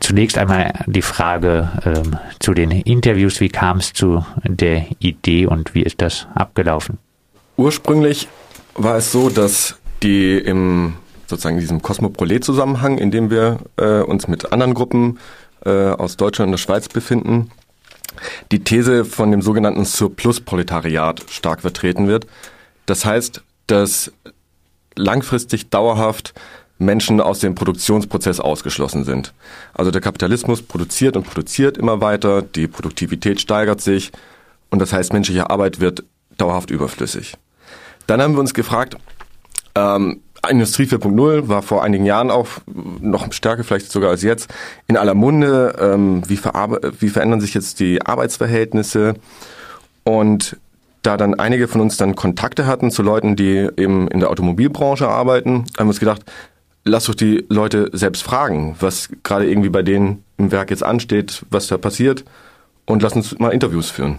zunächst einmal die Frage zu den Interviews. Wie kam es zu der Idee und wie ist das abgelaufen? Ursprünglich war es so, dass die im sozusagen diesem Kosmoprolet-Zusammenhang, in dem wir uns mit anderen Gruppen aus Deutschland und der Schweiz befinden, die These von dem sogenannten Surplus-Proletariat stark vertreten wird. Das heißt, dass langfristig dauerhaft Menschen aus dem Produktionsprozess ausgeschlossen sind. Also der Kapitalismus produziert und produziert immer weiter, die Produktivität steigert sich und das heißt, menschliche Arbeit wird dauerhaft überflüssig. Dann haben wir uns gefragt, Industrie 4.0 war vor einigen Jahren auch noch stärker vielleicht sogar als jetzt in aller Munde. Wie verändern sich jetzt die Arbeitsverhältnisse? Und da dann einige von uns dann Kontakte hatten zu Leuten, die eben in der Automobilbranche arbeiten, haben wir uns gedacht, lass doch die Leute selbst fragen, was gerade irgendwie bei denen im Werk jetzt ansteht, was da passiert und lass uns mal Interviews führen.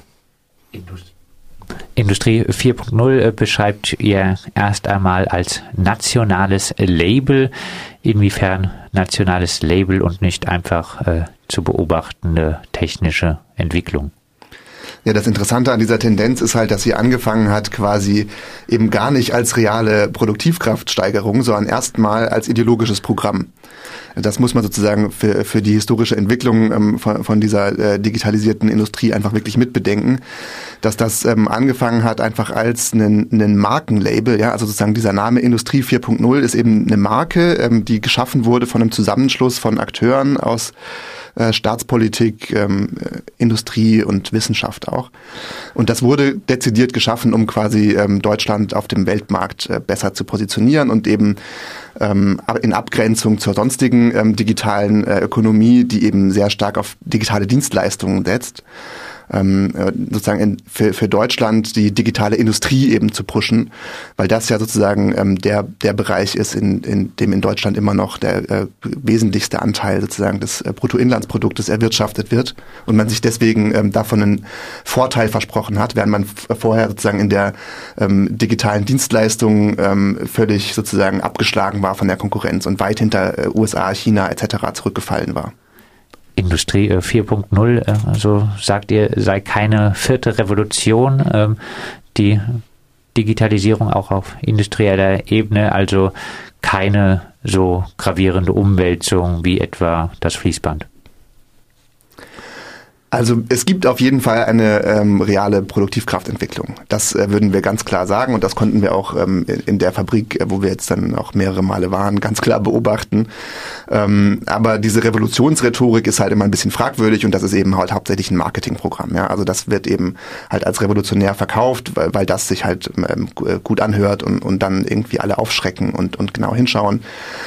Industrie 4.0 beschreibt ihr erst einmal als nationales Label. Inwiefern nationales Label und nicht einfach zu beobachtende technische Entwicklung? Ja, das Interessante an dieser Tendenz ist halt, dass sie angefangen hat, quasi eben gar nicht als reale Produktivkraftsteigerung, sondern erstmal als ideologisches Programm. Das muss man sozusagen für die historische Entwicklung von dieser digitalisierten Industrie einfach wirklich mitbedenken, dass das angefangen hat einfach als ein Markenlabel, ja, also sozusagen dieser Name Industrie 4.0 ist eben eine Marke, die geschaffen wurde von einem Zusammenschluss von Akteuren aus Staatspolitik, Industrie und Wissenschaft auch. Und das wurde dezidiert geschaffen, um quasi Deutschland auf dem Weltmarkt besser zu positionieren und eben in Abgrenzung zur sonstigen digitalen Ökonomie, die eben sehr stark auf digitale Dienstleistungen setzt. Sozusagen für Deutschland die digitale Industrie eben zu pushen, weil das ja sozusagen der Bereich ist, in dem in Deutschland immer noch der wesentlichste Anteil sozusagen des Bruttoinlandsproduktes erwirtschaftet wird und man sich deswegen davon einen Vorteil versprochen hat, während man vorher sozusagen in der digitalen Dienstleistung völlig sozusagen abgeschlagen war von der Konkurrenz und weit hinter USA, China etc. zurückgefallen war. Industrie 4.0, also sagt ihr, sei keine vierte Revolution, die Digitalisierung auch auf industrieller Ebene, also keine so gravierende Umwälzung wie etwa das Fließband. Also es gibt auf jeden Fall eine reale Produktivkraftentwicklung. Das würden wir ganz klar sagen und das konnten wir auch in der Fabrik, wo wir jetzt dann auch mehrere Male waren, ganz klar beobachten. Aber diese Revolutionsrhetorik ist halt immer ein bisschen fragwürdig und das ist eben halt hauptsächlich ein Marketingprogramm. Ja? Also das wird eben halt als revolutionär verkauft, weil das sich halt gut anhört und dann irgendwie alle aufschrecken und genau hinschauen.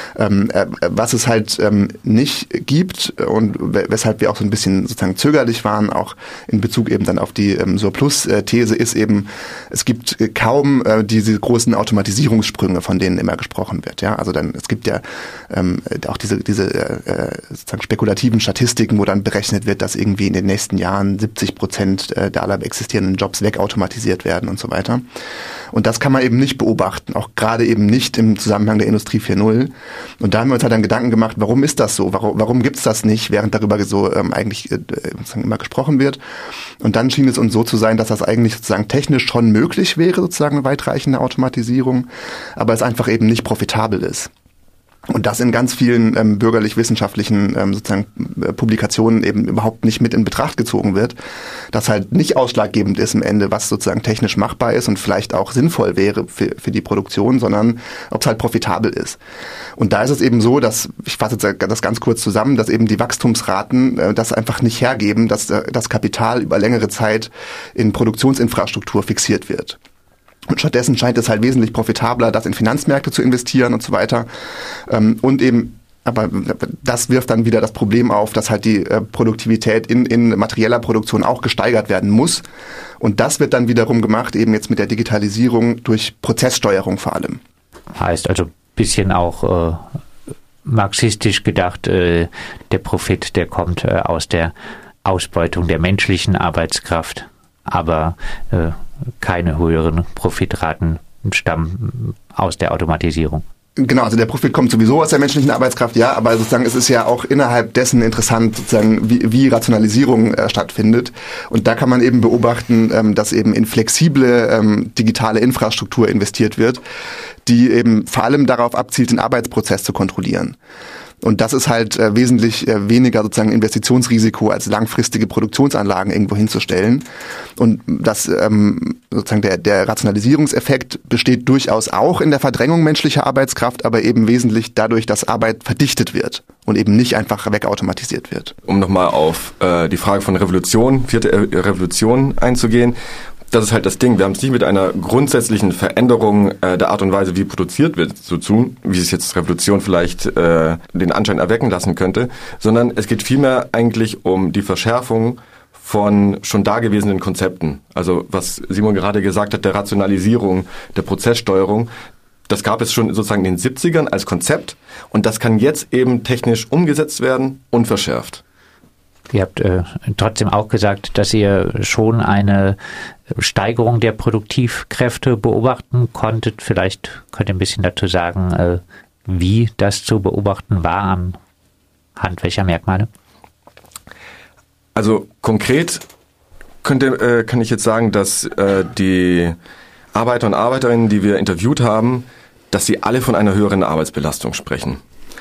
Was es halt nicht gibt und weshalb wir auch so ein bisschen sozusagen zögerlich waren, auch in Bezug eben dann auf die Surplus-These, ist eben, es gibt kaum diese großen Automatisierungssprünge, von denen immer gesprochen wird. Ja, also dann, es gibt ja auch diese sozusagen spekulativen Statistiken, wo dann berechnet wird, dass irgendwie in den nächsten Jahren 70% der aller existierenden Jobs wegautomatisiert werden und so weiter. Und das kann man eben nicht beobachten, auch gerade eben nicht im Zusammenhang der Industrie 4.0. Und da haben wir uns halt dann Gedanken gemacht, warum ist das so? Warum gibt's das nicht, während darüber so eigentlich immer gesprochen wird? Und dann schien es uns so zu sein, dass das eigentlich sozusagen technisch schon möglich wäre, sozusagen eine weitreichende Automatisierung, aber es einfach eben nicht profitabel ist. Und das in ganz vielen bürgerlich-wissenschaftlichen sozusagen Publikationen eben überhaupt nicht mit in Betracht gezogen wird, dass halt nicht ausschlaggebend ist am Ende, was sozusagen technisch machbar ist und vielleicht auch sinnvoll wäre für die Produktion, sondern ob es halt profitabel ist. Und da ist es eben so, dass, ich fasse jetzt das ganz kurz zusammen, dass eben die Wachstumsraten das einfach nicht hergeben, dass das Kapital über längere Zeit in Produktionsinfrastruktur fixiert wird. Und stattdessen scheint es halt wesentlich profitabler, das in Finanzmärkte zu investieren und so weiter. Und eben, aber das wirft dann wieder das Problem auf, dass halt die Produktivität in materieller Produktion auch gesteigert werden muss. Und das wird dann wiederum gemacht, eben jetzt mit der Digitalisierung durch Prozesssteuerung vor allem. Heißt also ein bisschen auch marxistisch gedacht, der Profit, der kommt aus der Ausbeutung der menschlichen Arbeitskraft, aber keine höheren Profitraten stammen aus der Automatisierung. Genau, also der Profit kommt sowieso aus der menschlichen Arbeitskraft, ja, aber sozusagen es ist ja auch innerhalb dessen interessant, sozusagen wie Rationalisierung stattfindet. Und da kann man eben beobachten, dass eben in flexible digitale Infrastruktur investiert wird, die eben vor allem darauf abzielt, den Arbeitsprozess zu kontrollieren. Und das ist halt wesentlich weniger sozusagen Investitionsrisiko als langfristige Produktionsanlagen irgendwo hinzustellen. Und das sozusagen der Rationalisierungseffekt besteht durchaus auch in der Verdrängung menschlicher Arbeitskraft, aber eben wesentlich dadurch, dass Arbeit verdichtet wird und eben nicht einfach wegautomatisiert wird. Um nochmal auf die Frage von Revolution, vierte Revolution einzugehen. Das ist halt das Ding. Wir haben es nicht mit einer grundsätzlichen Veränderung der Art und Weise, wie produziert wird, zu tun, wie es jetzt Revolution vielleicht den Anschein erwecken lassen könnte, sondern es geht vielmehr eigentlich um die Verschärfung von schon dagewesenen Konzepten. Also was Simon gerade gesagt hat, der Rationalisierung, der Prozesssteuerung, das gab es schon sozusagen in den 70ern als Konzept und das kann jetzt eben technisch umgesetzt werden und verschärft. Ihr habt trotzdem auch gesagt, dass ihr schon eine Steigerung der Produktivkräfte beobachten konntet. Vielleicht könnt ihr ein bisschen dazu sagen, wie das zu beobachten war anhand welcher Merkmale? Also konkret kann ich jetzt sagen, dass die Arbeiter und Arbeiterinnen, die wir interviewt haben, dass sie alle von einer höheren Arbeitsbelastung sprechen.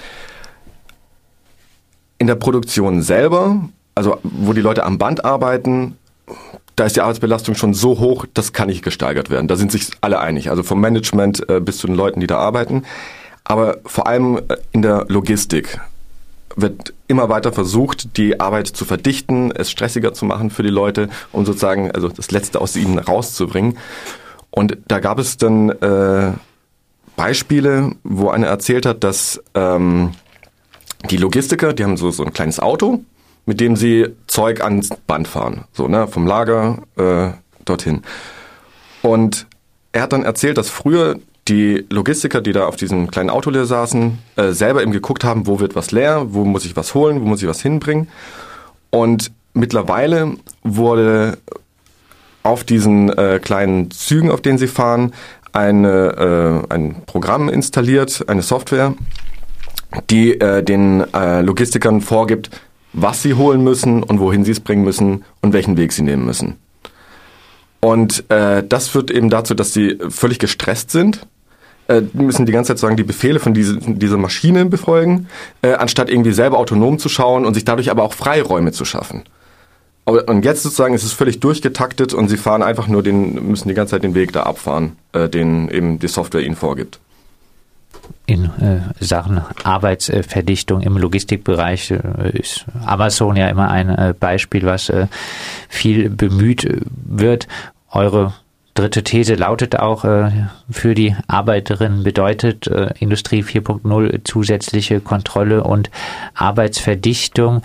In der Produktion selber, also wo die Leute am Band arbeiten, da ist die Arbeitsbelastung schon so hoch, das kann nicht gesteigert werden. Da sind sich alle einig, also vom Management bis zu den Leuten, die da arbeiten. Aber vor allem in der Logistik wird immer weiter versucht, die Arbeit zu verdichten, es stressiger zu machen für die Leute, um sozusagen also das Letzte aus ihnen rauszubringen. Und da gab es dann Beispiele, wo einer erzählt hat, dass die Logistiker, die haben so ein kleines Auto, mit dem sie Zeug ans Band fahren, so vom Lager dorthin. Und er hat dann erzählt, dass früher die Logistiker, die da auf diesem kleinen Auto leer saßen, selber eben geguckt haben, wo wird was leer, wo muss ich was holen, wo muss ich was hinbringen. Und mittlerweile wurde auf diesen kleinen Zügen, auf denen sie fahren, ein Programm installiert, eine Software, die den Logistikern vorgibt, was sie holen müssen und wohin sie es bringen müssen und welchen Weg sie nehmen müssen. Und das führt eben dazu, dass sie völlig gestresst sind. Die müssen die ganze Zeit sagen, die Befehle von dieser Maschine befolgen, anstatt irgendwie selber autonom zu schauen und sich dadurch aber auch Freiräume zu schaffen. Und jetzt sozusagen ist es völlig durchgetaktet und sie fahren einfach nur müssen die ganze Zeit den Weg da abfahren, den eben die Software ihnen vorgibt. In Sachen Arbeitsverdichtung im Logistikbereich ist Amazon ja immer ein Beispiel, was viel bemüht wird. Eure dritte These lautet auch, für die Arbeiterinnen bedeutet Industrie 4.0 zusätzliche Kontrolle und Arbeitsverdichtung.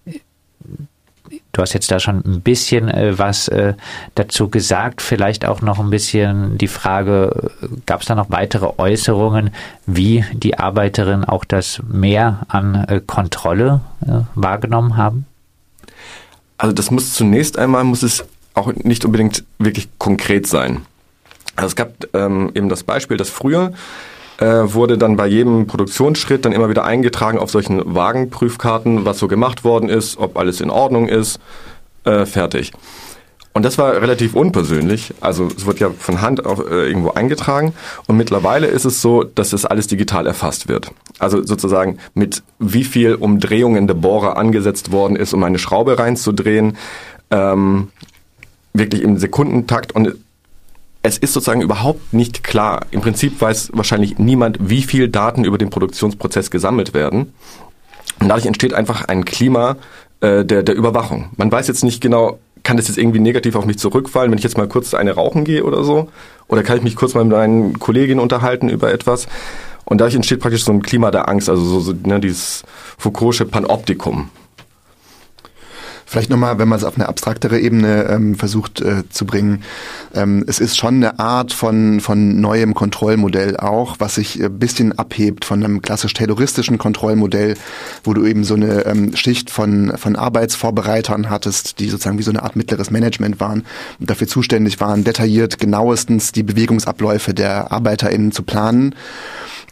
Du hast jetzt da schon ein bisschen was dazu gesagt, vielleicht auch noch ein bisschen die Frage, gab es da noch weitere Äußerungen, wie die Arbeiterinnen auch das Mehr an Kontrolle wahrgenommen haben? Also das muss es auch nicht unbedingt wirklich konkret sein. Also es gab eben das Beispiel, dass früher wurde dann bei jedem Produktionsschritt dann immer wieder eingetragen auf solchen Wagenprüfkarten, was so gemacht worden ist, ob alles in Ordnung ist, fertig. Und das war relativ unpersönlich, also es wird ja von Hand irgendwo eingetragen und mittlerweile ist es so, dass das alles digital erfasst wird. Also sozusagen mit wie viel Umdrehungen der Bohrer angesetzt worden ist, um eine Schraube reinzudrehen, wirklich im Sekundentakt und es ist sozusagen überhaupt nicht klar. Im Prinzip weiß wahrscheinlich niemand, wie viel Daten über den Produktionsprozess gesammelt werden. Und dadurch entsteht einfach ein Klima der Überwachung. Man weiß jetzt nicht genau, kann das jetzt irgendwie negativ auf mich zurückfallen, wenn ich jetzt mal kurz eine rauchen gehe oder so? Oder kann ich mich kurz mal mit meinen Kolleginnen unterhalten über etwas? Und dadurch entsteht praktisch so ein Klima der Angst, also dieses Foucault'sche Panoptikum. Vielleicht nochmal, wenn man es auf eine abstraktere Ebene versucht zu bringen. Es ist schon eine Art von neuem Kontrollmodell auch, was sich ein bisschen abhebt von einem klassisch tayloristischen Kontrollmodell, wo du eben so eine Schicht von Arbeitsvorbereitern hattest, die sozusagen wie so eine Art mittleres Management waren und dafür zuständig waren, detailliert genauestens die Bewegungsabläufe der ArbeiterInnen zu planen.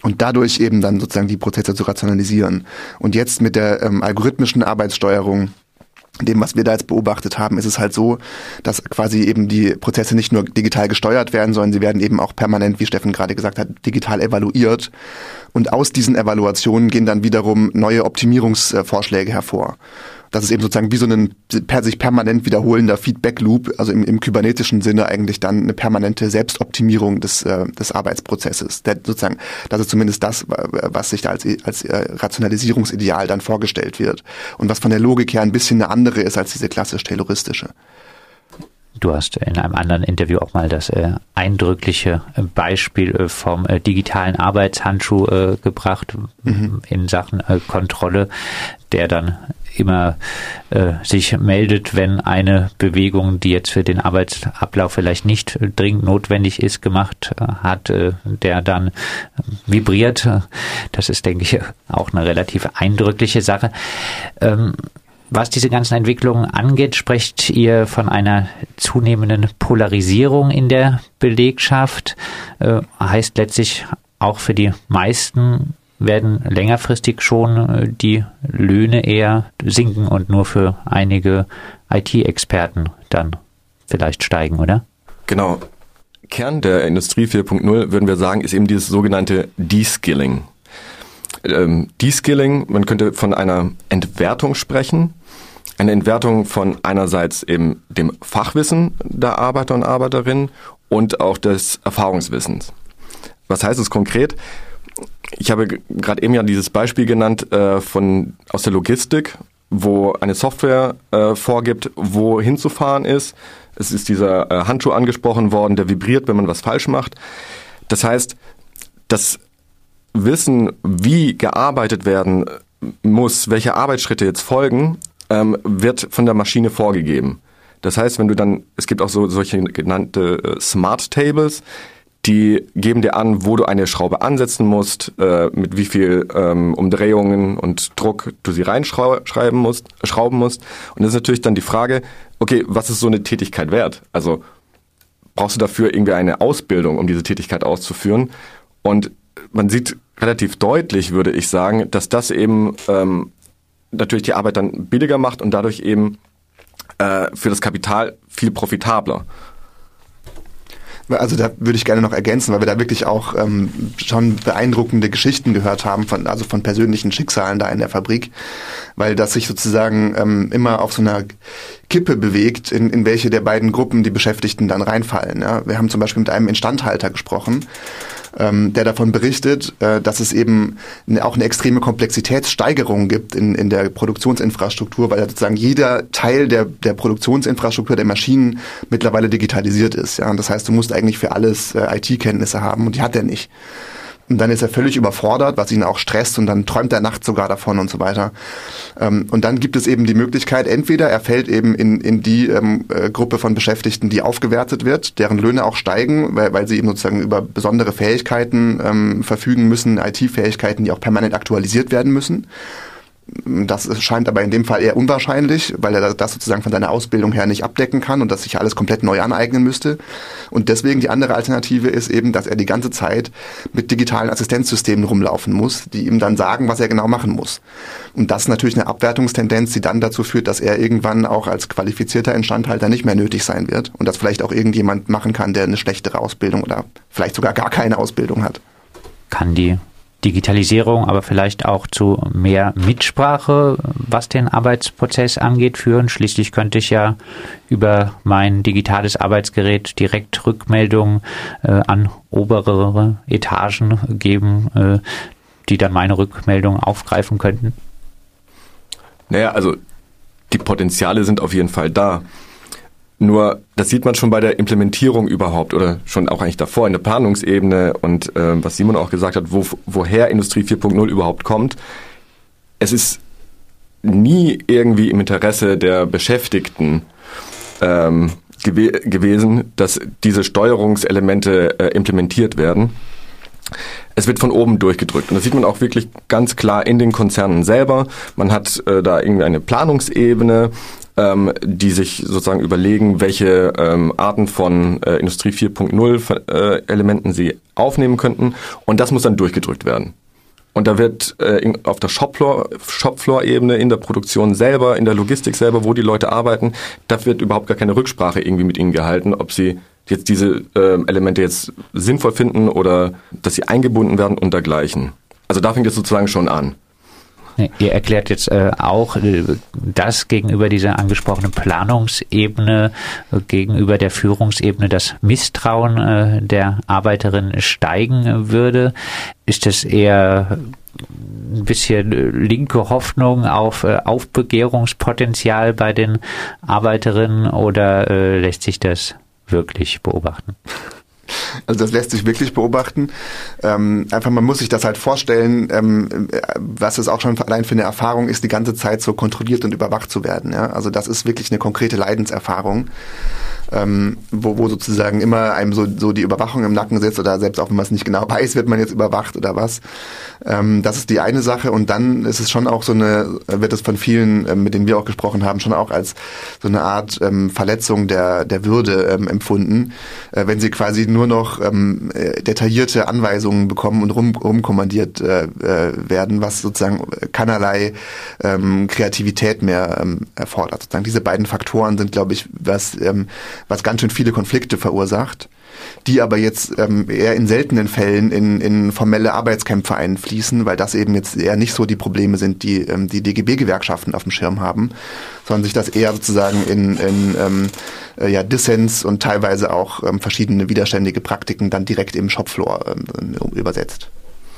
und dadurch eben dann sozusagen die Prozesse zu rationalisieren. Und jetzt mit der algorithmischen Arbeitssteuerung, dem, was wir da jetzt beobachtet haben, ist es halt so, dass quasi eben die Prozesse nicht nur digital gesteuert werden, sondern sie werden eben auch permanent, wie Steffen gerade gesagt hat, digital evaluiert. Und aus diesen Evaluationen gehen dann wiederum neue Optimierungsvorschläge hervor. Das ist eben sozusagen wie so ein sich permanent wiederholender Feedback-Loop, also im kybernetischen Sinne eigentlich dann eine permanente Selbstoptimierung des Arbeitsprozesses. Das ist zumindest das, was sich da als Rationalisierungsideal dann vorgestellt wird. Und was von der Logik her ein bisschen eine andere ist als diese klassisch-tayloristische. Du hast in einem anderen Interview auch mal das eindrückliche Beispiel vom digitalen Arbeitshandschuh gebracht in Sachen Kontrolle, der dann immer sich meldet, wenn eine Bewegung, die jetzt für den Arbeitsablauf vielleicht nicht dringend notwendig ist, gemacht hat, der dann vibriert. Das ist, denke ich, auch eine relativ eindrückliche Sache. Was diese ganzen Entwicklungen angeht, sprecht ihr von einer zunehmenden Polarisierung in der Belegschaft. Heißt letztlich auch für die meisten werden längerfristig schon die Löhne eher sinken und nur für einige IT-Experten dann vielleicht steigen, oder? Genau. Kern der Industrie 4.0, würden wir sagen, ist eben dieses sogenannte De-Skilling. De-Skilling, man könnte von einer Entwertung sprechen. Eine Entwertung von einerseits eben dem Fachwissen der Arbeiter und Arbeiterinnen und auch des Erfahrungswissens. Was heißt es konkret? Ich habe gerade eben ja dieses Beispiel genannt aus der Logistik, wo eine Software vorgibt, wo hinzufahren ist. Es ist dieser Handschuh angesprochen worden, der vibriert, wenn man was falsch macht. Das heißt, das Wissen, wie gearbeitet werden muss, welche Arbeitsschritte jetzt folgen, wird von der Maschine vorgegeben. Das heißt, wenn du dann, es gibt auch solche genannte Smart Tables, die geben dir an, wo du eine Schraube ansetzen musst, mit wie viel Umdrehungen und Druck du sie schrauben musst. Und das ist natürlich dann die Frage, okay, was ist so eine Tätigkeit wert? Also brauchst du dafür irgendwie eine Ausbildung, um diese Tätigkeit auszuführen? Und man sieht relativ deutlich, würde ich sagen, dass das eben natürlich die Arbeit dann billiger macht und dadurch eben für das Kapital viel profitabler. Also da würde ich gerne noch ergänzen, weil wir da wirklich auch schon beeindruckende Geschichten gehört haben von persönlichen Schicksalen da in der Fabrik, weil das sich sozusagen immer auf so einer Kippe bewegt, in welche der beiden Gruppen die Beschäftigten dann reinfallen. Ja? Wir haben zum Beispiel mit einem Instandhalter gesprochen, der davon berichtet, dass es eben auch eine extreme Komplexitätssteigerung gibt in der Produktionsinfrastruktur, weil sozusagen jeder Teil der Produktionsinfrastruktur der Maschinen mittlerweile digitalisiert ist. Ja? Und das heißt, du musst eigentlich für alles IT-Kenntnisse haben und die hat er nicht. Und dann ist er völlig überfordert, was ihn auch stresst und dann träumt er nachts sogar davon und so weiter. Und dann gibt es eben die Möglichkeit, entweder er fällt eben in die Gruppe von Beschäftigten, die aufgewertet wird, deren Löhne auch steigen, weil sie eben sozusagen über besondere Fähigkeiten verfügen müssen, IT-Fähigkeiten, die auch permanent aktualisiert werden müssen. Das scheint aber in dem Fall eher unwahrscheinlich, weil er das sozusagen von seiner Ausbildung her nicht abdecken kann und das sich alles komplett neu aneignen müsste. Und deswegen die andere Alternative ist eben, dass er die ganze Zeit mit digitalen Assistenzsystemen rumlaufen muss, die ihm dann sagen, was er genau machen muss. Und das ist natürlich eine Abwertungstendenz, die dann dazu führt, dass er irgendwann auch als qualifizierter Instandhalter nicht mehr nötig sein wird und das vielleicht auch irgendjemand machen kann, der eine schlechtere Ausbildung oder vielleicht sogar gar keine Ausbildung hat. Kann die Digitalisierung, aber vielleicht auch zu mehr Mitsprache, was den Arbeitsprozess angeht, führen. Schließlich könnte ich ja über mein digitales Arbeitsgerät direkt Rückmeldungen an obere Etagen geben, die dann meine Rückmeldung aufgreifen könnten. Naja, also die Potenziale sind auf jeden Fall da. Nur, das sieht man schon bei der Implementierung überhaupt oder schon auch eigentlich davor in der Planungsebene und was Simon auch gesagt hat, woher Industrie 4.0 überhaupt kommt. Es ist nie irgendwie im Interesse der Beschäftigten gewesen, dass diese Steuerungselemente implementiert werden. Es wird von oben durchgedrückt und das sieht man auch wirklich ganz klar in den Konzernen selber. Man hat da irgendwie eine Planungsebene, die sich sozusagen überlegen, welche Arten von Industrie 4.0 Elementen sie aufnehmen könnten. Und das muss dann durchgedrückt werden. Und da wird auf der Shopfloor-Ebene, in der Produktion selber, in der Logistik selber, wo die Leute arbeiten, da wird überhaupt gar keine Rücksprache irgendwie mit ihnen gehalten, ob sie jetzt diese Elemente jetzt sinnvoll finden oder dass sie eingebunden werden und dergleichen. Also da fängt es sozusagen schon an. Ihr erklärt jetzt auch, dass gegenüber dieser angesprochenen Planungsebene, gegenüber der Führungsebene das Misstrauen der Arbeiterin steigen würde. Ist das eher ein bisschen linke Hoffnung auf Aufbegehrungspotenzial bei den Arbeiterinnen oder lässt sich das wirklich beobachten? Also das lässt sich wirklich beobachten. Einfach, man muss sich das halt vorstellen, was es auch schon allein für eine Erfahrung ist, die ganze Zeit so kontrolliert und überwacht zu werden. Ja? Also das ist wirklich eine konkrete Leidenserfahrung, wo sozusagen immer einem so die Überwachung im Nacken sitzt oder selbst auch wenn man es nicht genau weiß, wird man jetzt überwacht oder was. Das ist die eine Sache und dann ist es schon auch wird es von vielen, mit denen wir auch gesprochen haben, schon auch als so eine Art Verletzung der Würde empfunden, wenn sie quasi nur noch detaillierte Anweisungen bekommen und rumkommandiert werden, was sozusagen keinerlei Kreativität mehr erfordert. Sozusagen diese beiden Faktoren sind, glaube ich, was ganz schön viele Konflikte verursacht, die aber jetzt eher in seltenen Fällen in formelle Arbeitskämpfe einfließen, weil das eben jetzt eher nicht so die Probleme sind, die DGB-Gewerkschaften auf dem Schirm haben, sondern sich das eher sozusagen in Dissens und teilweise auch verschiedene widerständige Praktiken dann direkt im Shopfloor übersetzt.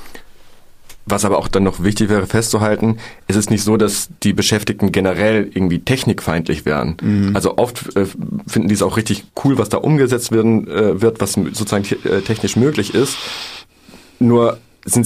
Was aber auch dann noch wichtig wäre festzuhalten, es ist nicht so, dass die Beschäftigten generell irgendwie technikfeindlich wären. Mhm. Also oft finden die es auch richtig cool, was da umgesetzt wird, was sozusagen technisch möglich ist. Nur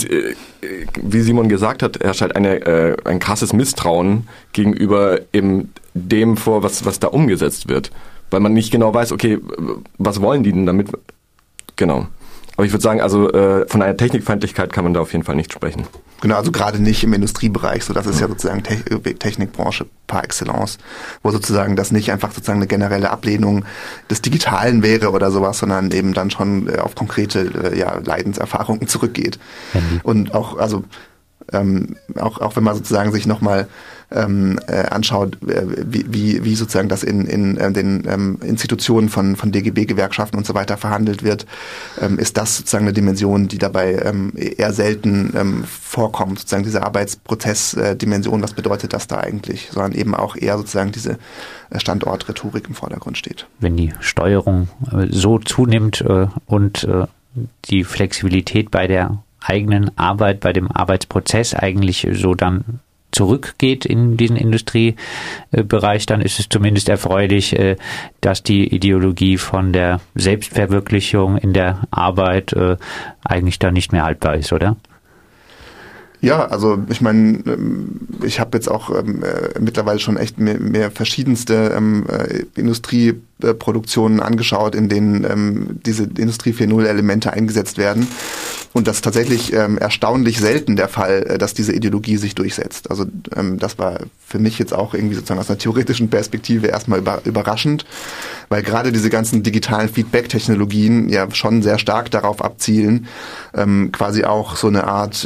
wie Simon gesagt hat, herrscht halt ein krasses Misstrauen gegenüber eben dem vor, was da umgesetzt wird. Weil man nicht genau weiß, okay, was wollen die denn damit? Genau. Aber ich würde sagen, also von einer Technikfeindlichkeit kann man da auf jeden Fall nicht sprechen. Genau, also gerade nicht im Industriebereich, so das ist ja sozusagen Technikbranche par excellence, wo sozusagen das nicht einfach sozusagen eine generelle Ablehnung des Digitalen wäre oder sowas, sondern eben dann schon auf konkrete Leidenserfahrungen zurückgeht. Und auch, also auch wenn man sozusagen sich nochmal anschaut, wie sozusagen das in den Institutionen von DGB-Gewerkschaften und so weiter verhandelt wird, ist das sozusagen eine Dimension, die dabei eher selten vorkommt, sozusagen diese Arbeitsprozessdimension, was bedeutet das da eigentlich, sondern eben auch eher sozusagen diese Standortrhetorik im Vordergrund steht. Wenn die Steuerung so zunimmt und die Flexibilität bei der eigenen Arbeit, bei dem Arbeitsprozess eigentlich so dann zurückgeht in diesen Industriebereich, dann ist es zumindest erfreulich, dass die Ideologie von der Selbstverwirklichung in der Arbeit eigentlich da nicht mehr haltbar ist, oder? Ja, also ich meine, ich habe jetzt auch mittlerweile schon echt mehr verschiedenste Industrieproduktionen angeschaut, in denen diese Industrie 4.0 Elemente eingesetzt werden. Und das ist tatsächlich erstaunlich selten der Fall, dass diese Ideologie sich durchsetzt. Also das war für mich jetzt auch irgendwie sozusagen aus einer theoretischen Perspektive erstmal überraschend, weil gerade diese ganzen digitalen Feedback-Technologien ja schon sehr stark darauf abzielen, quasi auch so eine Art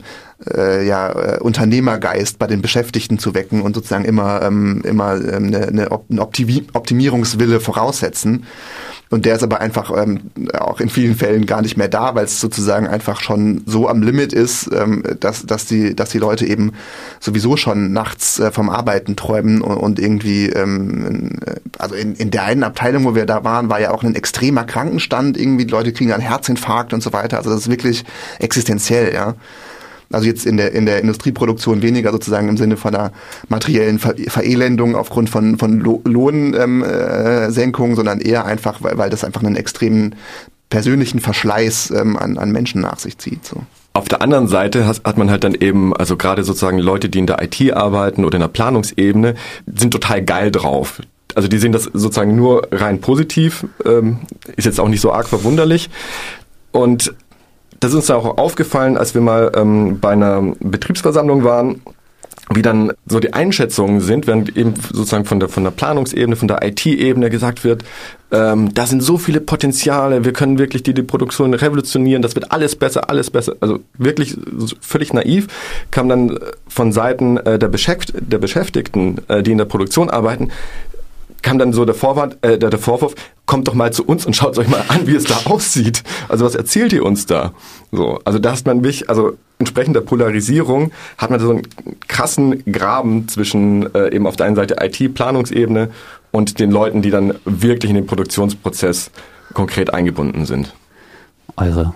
Unternehmergeist bei den Beschäftigten zu wecken und sozusagen immer eine Optimierungswille voraussetzen. Und der ist aber einfach auch in vielen Fällen gar nicht mehr da, weil es sozusagen einfach schon so am Limit ist, dass die Leute eben sowieso schon nachts vom Arbeiten träumen und irgendwie, also in der einen Abteilung, wo wir da waren, war ja auch ein extremer Krankenstand, irgendwie die Leute kriegen einen Herzinfarkt und so weiter. Also das ist wirklich existenziell, ja. Also jetzt in der Industrieproduktion weniger sozusagen im Sinne von einer materiellen Verelendung aufgrund von Lohnsenkungen, sondern eher einfach, weil das einfach einen extremen persönlichen Verschleiß an Menschen nach sich zieht. So. Auf der anderen Seite hat man halt dann eben, also gerade sozusagen Leute, die in der IT arbeiten oder in der Planungsebene, sind total geil drauf. Also die sehen das sozusagen nur rein positiv, ist jetzt auch nicht so arg verwunderlich. Und das ist uns auch aufgefallen, als wir mal bei einer Betriebsversammlung waren, wie dann so die Einschätzungen sind, während eben sozusagen von der Planungsebene, von der IT-Ebene gesagt wird, da sind so viele Potenziale, wir können wirklich die Produktion revolutionieren, das wird alles besser. Also wirklich völlig naiv, kam dann von Seiten der Beschäftigten, die in der Produktion arbeiten, kam dann so der Vorwurf, kommt doch mal zu uns und schaut euch mal an, wie es da aussieht. Also was erzählt ihr uns da? So, also da hat man entsprechend der Polarisierung hat man so einen krassen Graben zwischen eben auf der einen Seite IT-Planungsebene und den Leuten, die dann wirklich in den Produktionsprozess konkret eingebunden sind. Eure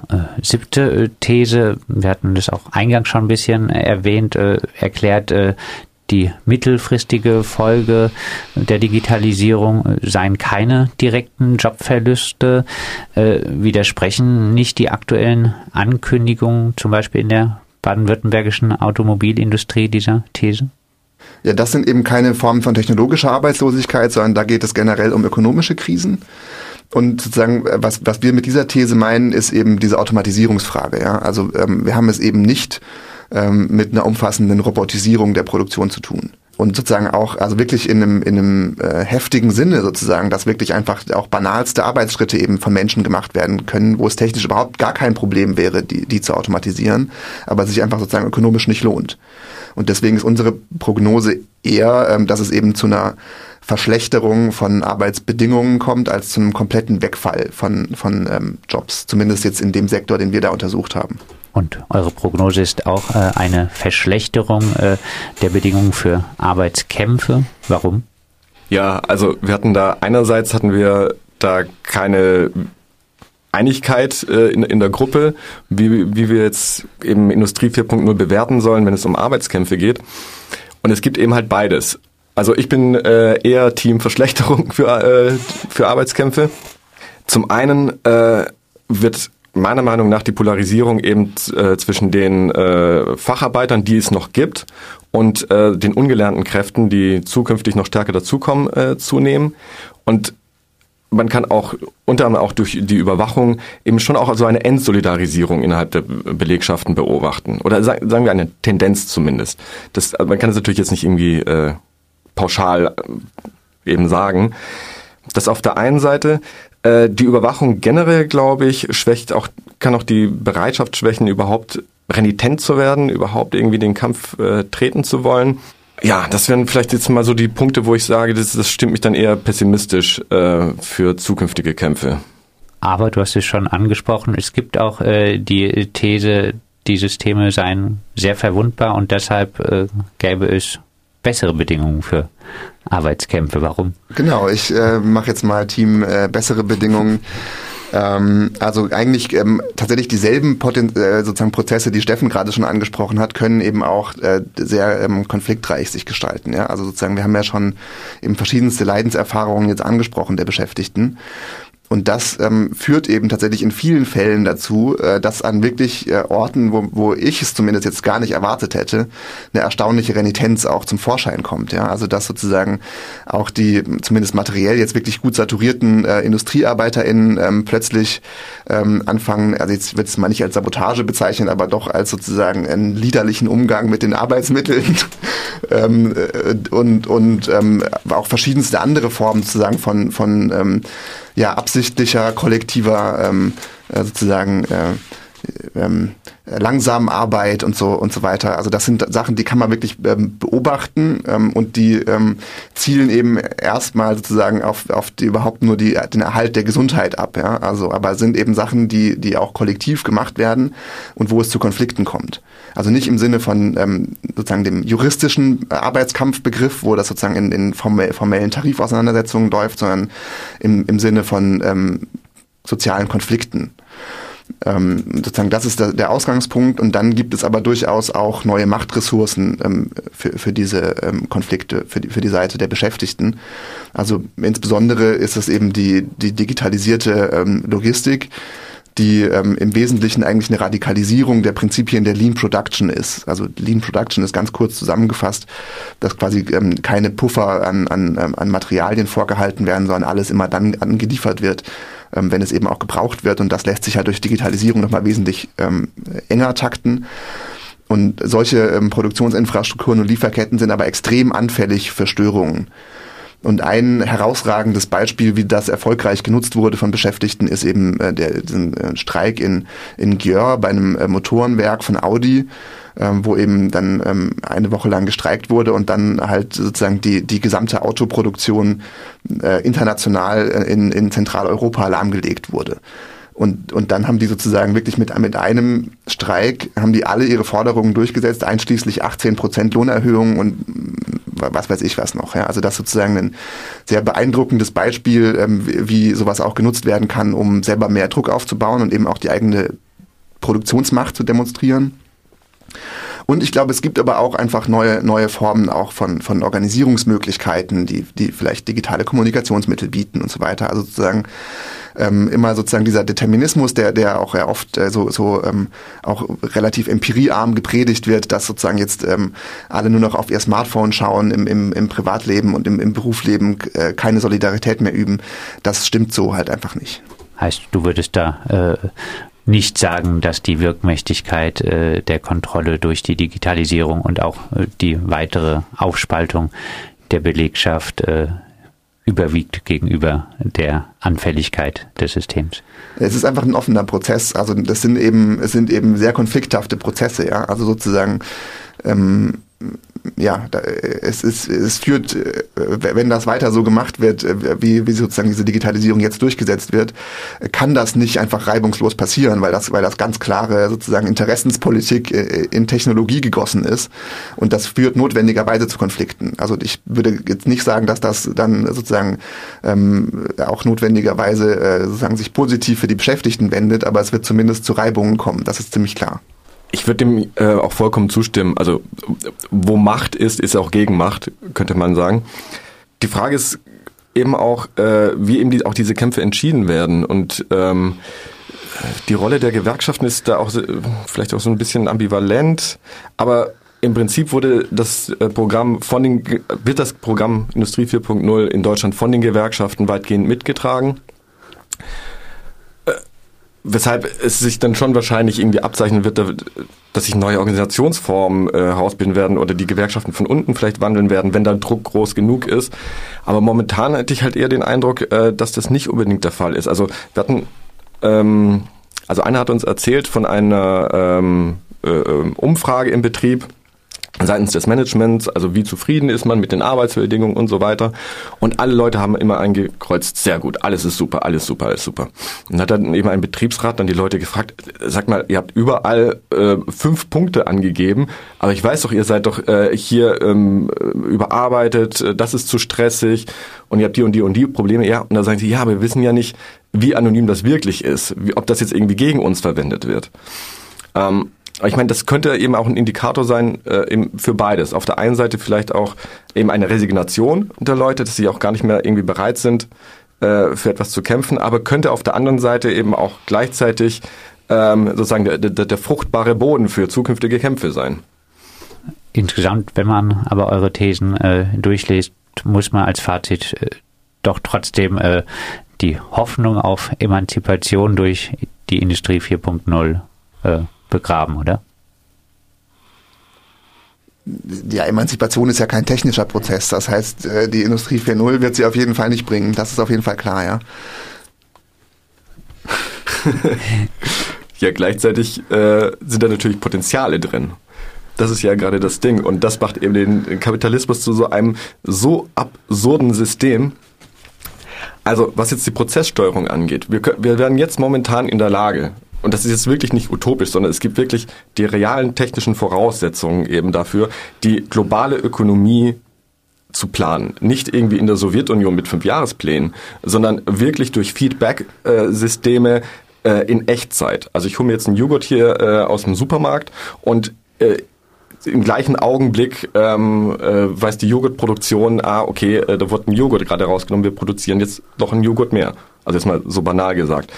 7. These, wir hatten das auch eingangs schon ein bisschen erwähnt, erklärt, die mittelfristige Folge der Digitalisierung seien keine direkten Jobverluste. Widersprechen nicht die aktuellen Ankündigungen, zum Beispiel in der baden-württembergischen Automobilindustrie, dieser These? Ja, das sind eben keine Formen von technologischer Arbeitslosigkeit, sondern da geht es generell um ökonomische Krisen. Und sozusagen, was wir mit dieser These meinen, ist eben diese Automatisierungsfrage. Ja? Also wir haben es eben nicht mit einer umfassenden Robotisierung der Produktion zu tun. Und sozusagen auch, also wirklich in einem heftigen Sinne sozusagen, dass wirklich einfach auch banalste Arbeitsschritte eben von Menschen gemacht werden können, wo es technisch überhaupt gar kein Problem wäre, die zu automatisieren, aber sich einfach sozusagen ökonomisch nicht lohnt. Und deswegen ist unsere Prognose eher, dass es eben zu einer Verschlechterung von Arbeitsbedingungen kommt, als zu einem kompletten Wegfall von Jobs, zumindest jetzt in dem Sektor, den wir da untersucht haben. Und eure Prognose ist auch eine Verschlechterung der Bedingungen für Arbeitskämpfe. Warum? Ja, also einerseits hatten wir da keine Einigkeit in der Gruppe, wie wir jetzt eben Industrie 4.0 bewerten sollen, wenn es um Arbeitskämpfe geht. Und es gibt eben halt beides. Also ich bin eher Team Verschlechterung für Arbeitskämpfe. Zum einen wird meiner Meinung nach die Polarisierung eben zwischen den Facharbeitern, die es noch gibt, und den ungelernten Kräften, die zukünftig noch stärker dazukommen, zunehmen. Und man kann auch unter anderem auch durch die Überwachung eben schon auch so eine Entsolidarisierung innerhalb der Belegschaften beobachten. Oder sagen wir eine Tendenz zumindest. Man kann es natürlich jetzt nicht irgendwie pauschal eben sagen. Das auf der einen Seite. Die Überwachung generell, glaube ich, kann auch die Bereitschaft schwächen, überhaupt renitent zu werden, überhaupt irgendwie den Kampf treten zu wollen. Ja, das wären vielleicht jetzt mal so die Punkte, wo ich sage, das stimmt mich dann eher pessimistisch für zukünftige Kämpfe. Aber du hast es schon angesprochen, es gibt auch die These, die Systeme seien sehr verwundbar und deshalb gäbe es bessere Bedingungen für Arbeitskämpfe. Warum? Genau, ich mache jetzt mal Team bessere Bedingungen. Also eigentlich tatsächlich dieselben sozusagen Prozesse, die Steffen gerade schon angesprochen hat, können eben auch sehr konfliktreich sich gestalten. Ja? Also sozusagen, wir haben ja schon eben verschiedenste Leidenserfahrungen jetzt angesprochen der Beschäftigten. Und das führt eben tatsächlich in vielen Fällen dazu, dass an wirklich Orten, wo ich es zumindest jetzt gar nicht erwartet hätte, eine erstaunliche Renitenz auch zum Vorschein kommt. Ja? Also dass sozusagen auch die zumindest materiell jetzt wirklich gut saturierten IndustriearbeiterInnen plötzlich anfangen, also jetzt wird es mal nicht als Sabotage bezeichnen, aber doch als sozusagen einen liederlichen Umgang mit den Arbeitsmitteln und auch verschiedenste andere Formen sozusagen von absichtlicher, kollektiver sozusagen langsamen Arbeit und so weiter. Also das sind Sachen, die kann man wirklich beobachten und die zielen eben erstmal sozusagen auf die überhaupt nur den Erhalt der Gesundheit ab. Ja? Also aber sind eben Sachen, die auch kollektiv gemacht werden und wo es zu Konflikten kommt. Also nicht im Sinne von sozusagen dem juristischen Arbeitskampfbegriff, wo das sozusagen in formellen Tarifauseinandersetzungen läuft, sondern im Sinne von sozialen Konflikten. Sozusagen das ist der Ausgangspunkt und dann gibt es aber durchaus auch neue Machtressourcen für diese Konflikte, für die Seite der Beschäftigten. Also insbesondere ist es eben die digitalisierte Logistik, die im Wesentlichen eigentlich eine Radikalisierung der Prinzipien der Lean Production ist. Also Lean Production ist ganz kurz zusammengefasst, dass quasi keine Puffer an Materialien vorgehalten werden, sondern alles immer dann angeliefert wird, wenn es eben auch gebraucht wird. Und das lässt sich halt durch Digitalisierung nochmal wesentlich enger takten. Und solche Produktionsinfrastrukturen und Lieferketten sind aber extrem anfällig für Störungen. Und ein herausragendes Beispiel, wie das erfolgreich genutzt wurde von Beschäftigten, ist eben der Streik in Győr bei einem Motorenwerk von Audi, wo eben dann eine Woche lang gestreikt wurde und dann halt sozusagen die gesamte Autoproduktion international in Zentraleuropa lahmgelegt wurde. Und dann haben die sozusagen wirklich mit einem Streik, haben die alle ihre Forderungen durchgesetzt, einschließlich 18% Lohnerhöhung und was weiß ich was noch. Ja. Also das ist sozusagen ein sehr beeindruckendes Beispiel, wie sowas auch genutzt werden kann, um selber mehr Druck aufzubauen und eben auch die eigene Produktionsmacht zu demonstrieren. Und ich glaube, es gibt aber auch einfach neue Formen auch von Organisierungsmöglichkeiten, die vielleicht digitale Kommunikationsmittel bieten und so weiter. Also sozusagen immer sozusagen dieser Determinismus, der auch oft auch relativ empiriearm gepredigt wird, dass sozusagen jetzt alle nur noch auf ihr Smartphone schauen, im Privatleben und im Berufsleben keine Solidarität mehr üben. Das stimmt so halt einfach nicht. Heißt, du würdest da nicht sagen, dass die Wirkmächtigkeit der Kontrolle durch die Digitalisierung und auch die weitere Aufspaltung der Belegschaft überwiegt gegenüber der Anfälligkeit des Systems? Es ist einfach ein offener Prozess. Also es sind eben sehr konflikthafte Prozesse, ja. Also sozusagen es führt, wenn das weiter so gemacht wird, wie sozusagen diese Digitalisierung jetzt durchgesetzt wird, kann das nicht einfach reibungslos passieren, weil das ganz klare sozusagen Interessenspolitik in Technologie gegossen ist und das führt notwendigerweise zu Konflikten. Also ich würde jetzt nicht sagen, dass das dann sozusagen auch notwendigerweise sozusagen sich positiv für die Beschäftigten wendet, aber es wird zumindest zu Reibungen kommen. Das ist ziemlich klar. Ich würde dem auch vollkommen zustimmen. Also wo Macht ist auch Gegenmacht, könnte man sagen. Die Frage ist eben auch, wie eben auch diese Kämpfe entschieden werden. Und die Rolle der Gewerkschaften ist da auch vielleicht auch so ein bisschen ambivalent. Aber im Prinzip wird das Programm Industrie 4.0 in Deutschland von den Gewerkschaften weitgehend mitgetragen. Weshalb es sich dann schon wahrscheinlich irgendwie abzeichnen wird, dass sich neue Organisationsformen herausbilden werden oder die Gewerkschaften von unten vielleicht wandeln werden, wenn dann Druck groß genug ist. Aber momentan hätte ich halt eher den Eindruck, dass das nicht unbedingt der Fall ist. Also wir hatten, einer hat uns erzählt von einer Umfrage im Betrieb seitens des Managements, also wie zufrieden ist man mit den Arbeitsbedingungen und so weiter. Und alle Leute haben immer eingekreuzt, sehr gut, alles ist super, alles super, alles super. Und hat dann eben ein Betriebsrat dann die Leute gefragt, sag mal, ihr habt überall 5 Punkte angegeben, aber ich weiß doch, ihr seid doch hier überarbeitet, das ist zu stressig und ihr habt die und die und die Probleme. Ja, und da sagen sie, ja, aber wir wissen ja nicht, wie anonym das wirklich ist, ob das jetzt irgendwie gegen uns verwendet wird. Ich meine, das könnte eben auch ein Indikator sein eben für beides. Auf der einen Seite vielleicht auch eben eine Resignation der Leute, dass sie auch gar nicht mehr irgendwie bereit sind, für etwas zu kämpfen, aber könnte auf der anderen Seite eben auch gleichzeitig sozusagen der fruchtbare Boden für zukünftige Kämpfe sein. Insgesamt, wenn man aber eure Thesen durchliest, muss man als Fazit doch trotzdem die Hoffnung auf Emanzipation durch die Industrie 4.0 begraben, oder? Ja, Emanzipation ist ja kein technischer Prozess. Das heißt, die Industrie 4.0 wird sie auf jeden Fall nicht bringen. Das ist auf jeden Fall klar, ja. Ja, gleichzeitig sind da natürlich Potenziale drin. Das ist ja gerade das Ding. Und das macht eben den Kapitalismus zu so einem so absurden System. Also, was jetzt die Prozesssteuerung angeht. Wir werden jetzt momentan in der Lage, und das ist jetzt wirklich nicht utopisch, sondern es gibt wirklich die realen technischen Voraussetzungen eben dafür, die globale Ökonomie zu planen. Nicht irgendwie in der Sowjetunion mit 5-Jahresplänen, sondern wirklich durch Feedback-Systeme in Echtzeit. Also ich hole mir jetzt einen Joghurt hier aus dem Supermarkt und im gleichen Augenblick weiß die Joghurtproduktion, da wird ein Joghurt gerade rausgenommen, wir produzieren jetzt noch einen Joghurt mehr. Also jetzt mal so banal gesagt.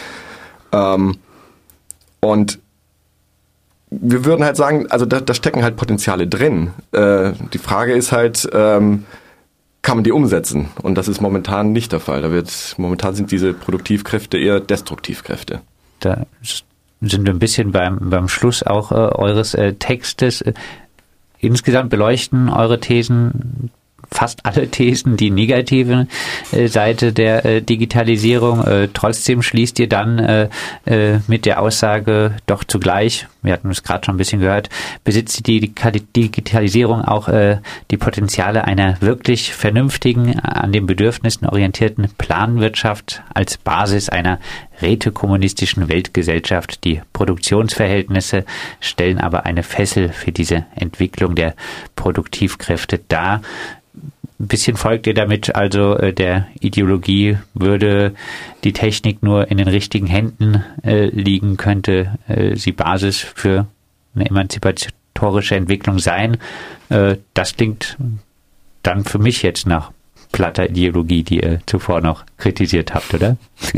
Und wir würden halt sagen, also da stecken halt Potenziale drin. Die Frage ist halt, kann man die umsetzen? Und das ist momentan nicht der Fall. Momentan sind diese Produktivkräfte eher Destruktivkräfte. Da sind wir ein bisschen beim Schluss auch eures Textes. Insgesamt beleuchten eure Thesen fast alle Thesen die negative Seite der Digitalisierung. Trotzdem schließt ihr dann mit der Aussage doch zugleich, wir hatten es gerade schon ein bisschen gehört, besitzt die Digitalisierung auch die Potenziale einer wirklich vernünftigen, an den Bedürfnissen orientierten Planwirtschaft als Basis einer rätekommunistischen Weltgesellschaft. Die Produktionsverhältnisse stellen aber eine Fessel für diese Entwicklung der Produktivkräfte dar. Ein bisschen folgt ihr damit also der Ideologie, würde die Technik nur in den richtigen Händen liegen, könnte sie Basis für eine emanzipatorische Entwicklung sein. Das klingt dann für mich jetzt nach platter Ideologie, die ihr zuvor noch kritisiert habt, oder?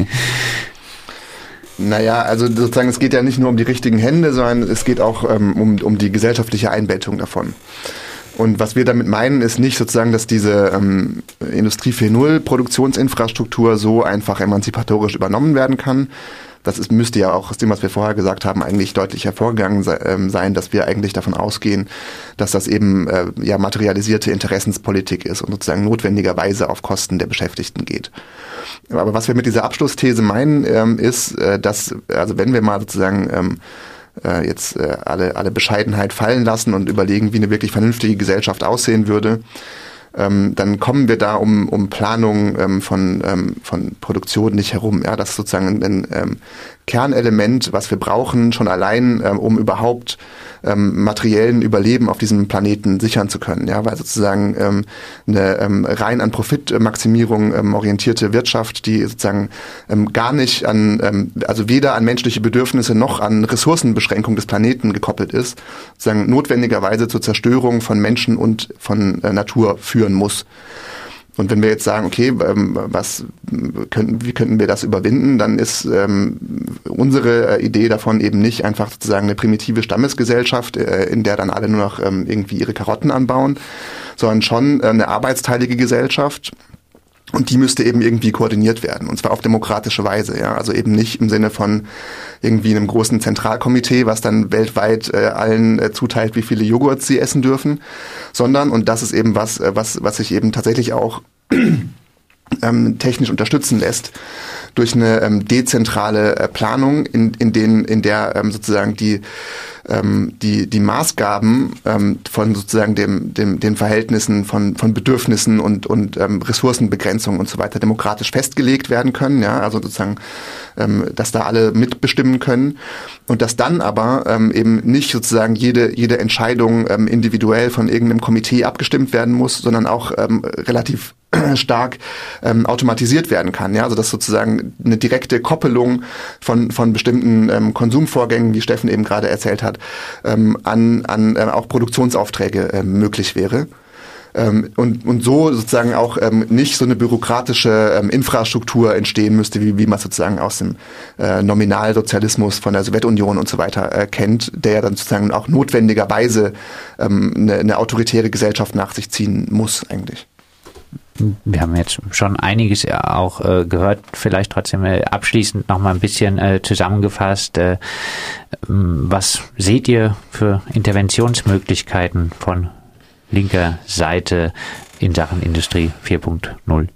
Naja, also sozusagen es geht ja nicht nur um die richtigen Hände, sondern es geht auch um die gesellschaftliche Einbettung davon. Und was wir damit meinen, ist nicht sozusagen, dass diese Industrie 4.0 Produktionsinfrastruktur so einfach emanzipatorisch übernommen werden kann. Das müsste ja auch aus dem, was wir vorher gesagt haben, eigentlich deutlich hervorgegangen sein, dass wir eigentlich davon ausgehen, dass das eben materialisierte Interessenspolitik ist und sozusagen notwendigerweise auf Kosten der Beschäftigten geht. Aber was wir mit dieser Abschlussthese meinen, ist, dass, also wenn wir mal sozusagen alle Bescheidenheit fallen lassen und überlegen, wie eine wirklich vernünftige Gesellschaft aussehen würde, dann kommen wir da um Planung von Produktion nicht herum. Ja, das ist sozusagen ein Kernelement, was wir brauchen, schon allein, um überhaupt materiellen Überleben auf diesem Planeten sichern zu können. Ja, weil sozusagen eine rein an Profitmaximierung orientierte Wirtschaft, die sozusagen gar nicht also weder an menschliche Bedürfnisse noch an Ressourcenbeschränkung des Planeten gekoppelt ist, sozusagen notwendigerweise zur Zerstörung von Menschen und von Natur führen muss. Und wenn wir jetzt sagen, okay, wie könnten wir das überwinden, dann ist unsere Idee davon eben nicht einfach sozusagen eine primitive Stammesgesellschaft, in der dann alle nur noch irgendwie ihre Karotten anbauen, sondern schon eine arbeitsteilige Gesellschaft. Und die müsste eben irgendwie koordiniert werden, und zwar auf demokratische Weise, ja, also eben nicht im Sinne von irgendwie einem großen Zentralkomitee, was dann weltweit allen zuteilt, wie viele Joghurts sie essen dürfen, sondern, und das ist eben was sich eben tatsächlich auch technisch unterstützen lässt, durch eine dezentrale Planung, in der sozusagen die Maßgaben von sozusagen den Verhältnissen von Bedürfnissen und Ressourcenbegrenzung und so weiter demokratisch festgelegt werden können, ja, also sozusagen, dass da alle mitbestimmen können und dass dann aber eben nicht sozusagen jede Entscheidung individuell von irgendeinem Komitee abgestimmt werden muss, sondern auch relativ stark automatisiert werden kann, ja, also dass sozusagen eine direkte Koppelung von bestimmten Konsumvorgängen, wie Steffen eben gerade erzählt hat, an auch Produktionsaufträge möglich wäre. Und so sozusagen auch nicht so eine bürokratische Infrastruktur entstehen müsste, wie man sozusagen aus dem Nominalsozialismus von der Sowjetunion und so weiter kennt, der ja dann sozusagen auch notwendigerweise eine autoritäre Gesellschaft nach sich ziehen muss eigentlich. Wir haben jetzt schon einiges auch gehört, vielleicht trotzdem abschließend noch mal ein bisschen zusammengefasst. Was seht ihr für Interventionsmöglichkeiten von linker Seite in Sachen Industrie 4.0?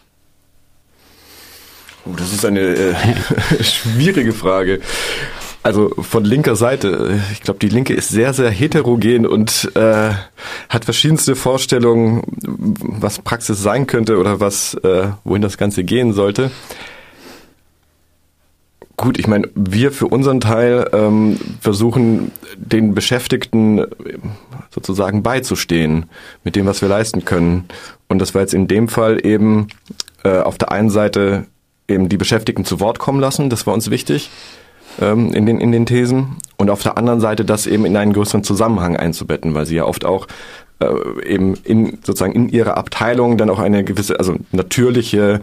Das ist eine schwierige Frage. Also von linker Seite, ich glaube, die Linke ist sehr, sehr heterogen und hat verschiedenste Vorstellungen, was Praxis sein könnte oder wohin das Ganze gehen sollte. Gut, ich meine, wir für unseren Teil versuchen, den Beschäftigten sozusagen beizustehen mit dem, was wir leisten können. Und das war jetzt in dem Fall eben auf der einen Seite eben die Beschäftigten zu Wort kommen lassen, das war uns wichtig. In den Thesen und auf der anderen Seite das eben in einen größeren Zusammenhang einzubetten, weil sie ja oft auch eben sozusagen in ihrer Abteilung dann auch eine gewisse, also natürliche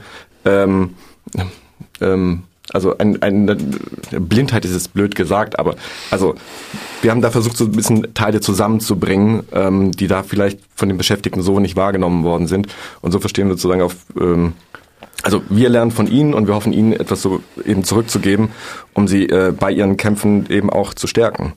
also eine Blindheit ist jetzt blöd gesagt, aber also wir haben da versucht, so ein bisschen Teile zusammenzubringen, die da vielleicht von den Beschäftigten so nicht wahrgenommen worden sind, und so verstehen wir sozusagen Also wir lernen von Ihnen und wir hoffen, Ihnen etwas so eben zurückzugeben, um Sie bei Ihren Kämpfen eben auch zu stärken.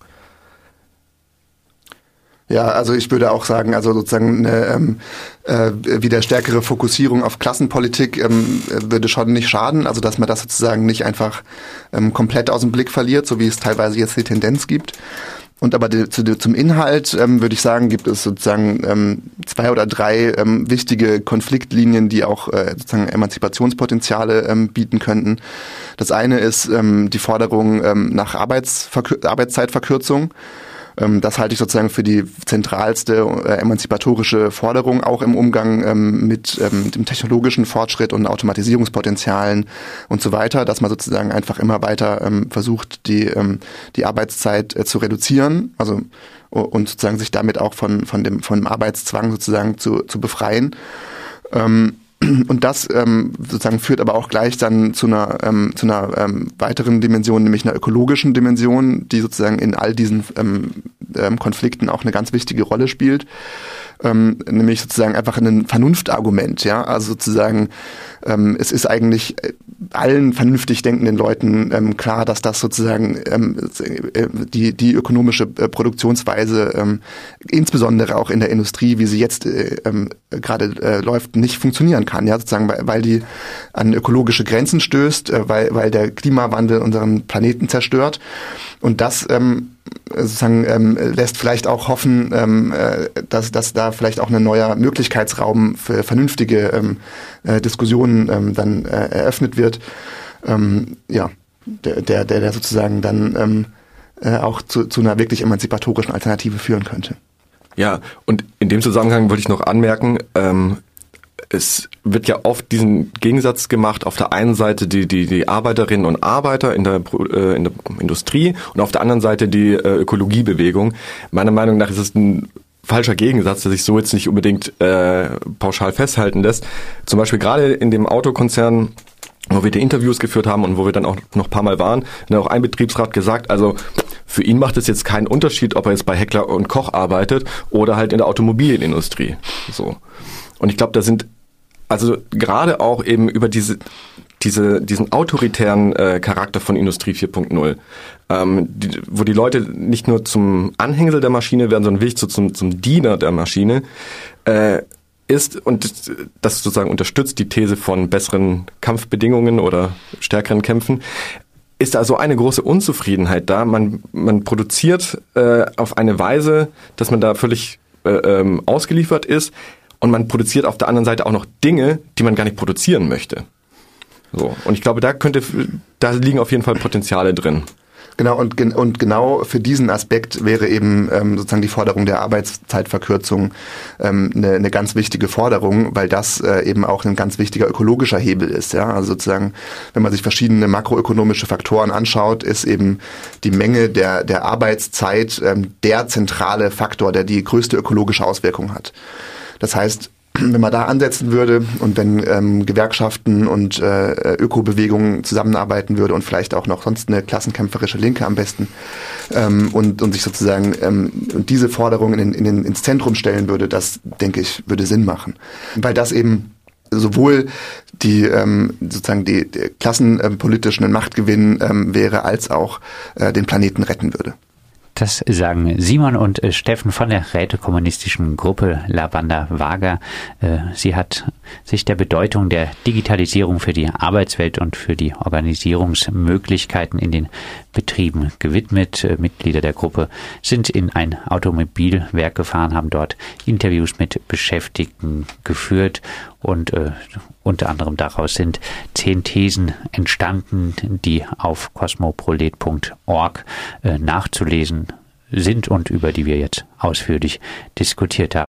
Ja, also ich würde auch sagen, also sozusagen eine wieder stärkere Fokussierung auf Klassenpolitik würde schon nicht schaden, also dass man das sozusagen nicht einfach komplett aus dem Blick verliert, so wie es teilweise jetzt die Tendenz gibt. Und aber zum Inhalt würde ich sagen, gibt es sozusagen 2 oder 3 wichtige Konfliktlinien, die auch sozusagen Emanzipationspotenziale bieten könnten. Das eine ist die Forderung nach Arbeitszeitverkürzung. Das halte ich sozusagen für die zentralste emanzipatorische Forderung, auch im Umgang mit dem technologischen Fortschritt und Automatisierungspotenzialen und so weiter, dass man sozusagen einfach immer weiter versucht, die Arbeitszeit zu reduzieren, also und sozusagen sich damit auch vom Arbeitszwang sozusagen zu befreien. Und das sozusagen führt aber auch gleich dann zu einer weiteren Dimension, nämlich einer ökologischen Dimension, die sozusagen in all diesen Konflikten auch eine ganz wichtige Rolle spielt. Nämlich sozusagen einfach ein Vernunftargument, ja, also sozusagen es ist eigentlich allen vernünftig denkenden Leuten klar, dass das sozusagen die ökonomische Produktionsweise insbesondere auch in der Industrie, wie sie jetzt gerade läuft, nicht funktionieren kann, ja, sozusagen, weil die an ökologische Grenzen stößt, weil der Klimawandel unseren Planeten zerstört und das sozusagen lässt vielleicht auch hoffen, dass da vielleicht auch ein neuer Möglichkeitsraum für vernünftige Diskussionen dann eröffnet wird, der sozusagen dann auch zu einer wirklich emanzipatorischen Alternative führen könnte. Ja, und in dem Zusammenhang wollte ich noch anmerken, es wird ja oft diesen Gegensatz gemacht, auf der einen Seite die Arbeiterinnen und Arbeiter in der Industrie und auf der anderen Seite die Ökologiebewegung. Meiner Meinung nach ist es ein falscher Gegensatz, der sich so jetzt nicht unbedingt pauschal festhalten lässt. Zum Beispiel gerade in dem Autokonzern, wo wir die Interviews geführt haben und wo wir dann auch noch ein paar Mal waren, hat auch ein Betriebsrat gesagt, also für ihn macht es jetzt keinen Unterschied, ob er jetzt bei Heckler & Koch arbeitet oder halt in der Automobilindustrie. So. Und ich glaube, da sind also gerade auch eben über diesen autoritären Charakter von Industrie 4.0, wo die Leute nicht nur zum Anhängsel der Maschine werden, sondern wirklich zum Diener der Maschine, ist, und das sozusagen unterstützt die These von besseren Kampfbedingungen oder stärkeren Kämpfen, ist also eine große Unzufriedenheit da. Man produziert auf eine Weise, dass man da völlig ausgeliefert ist, und man produziert auf der anderen Seite auch noch Dinge, die man gar nicht produzieren möchte. So. Und ich glaube, da liegen auf jeden Fall Potenziale drin. Genau, und genau für diesen Aspekt wäre eben sozusagen die Forderung der Arbeitszeitverkürzung eine ganz wichtige Forderung, weil das eben auch ein ganz wichtiger ökologischer Hebel ist. Ja? Also sozusagen, wenn man sich verschiedene makroökonomische Faktoren anschaut, ist eben die Menge der Arbeitszeit der zentrale Faktor, der die größte ökologische Auswirkung hat. Das heißt, wenn man da ansetzen würde und wenn Gewerkschaften und Ökobewegungen zusammenarbeiten würde und vielleicht auch noch sonst eine klassenkämpferische Linke am besten und sich sozusagen diese Forderungen ins Zentrum stellen würde, das, denke ich, würde Sinn machen. Weil das eben sowohl sozusagen die klassenpolitischen Machtgewinn wäre, als auch den Planeten retten würde. Das sagen Simon und Steffen von der rätekommunistischen Gruppe Lavanda Vaga. Sie hat sich der Bedeutung der Digitalisierung für die Arbeitswelt und für die Organisierungsmöglichkeiten in den Betrieben gewidmet. Mitglieder der Gruppe sind in ein Automobilwerk gefahren, haben dort Interviews mit Beschäftigten geführt und unter anderem daraus sind 10 Thesen entstanden, die auf kosmoprolet.org nachzulesen sind und über die wir jetzt ausführlich diskutiert haben.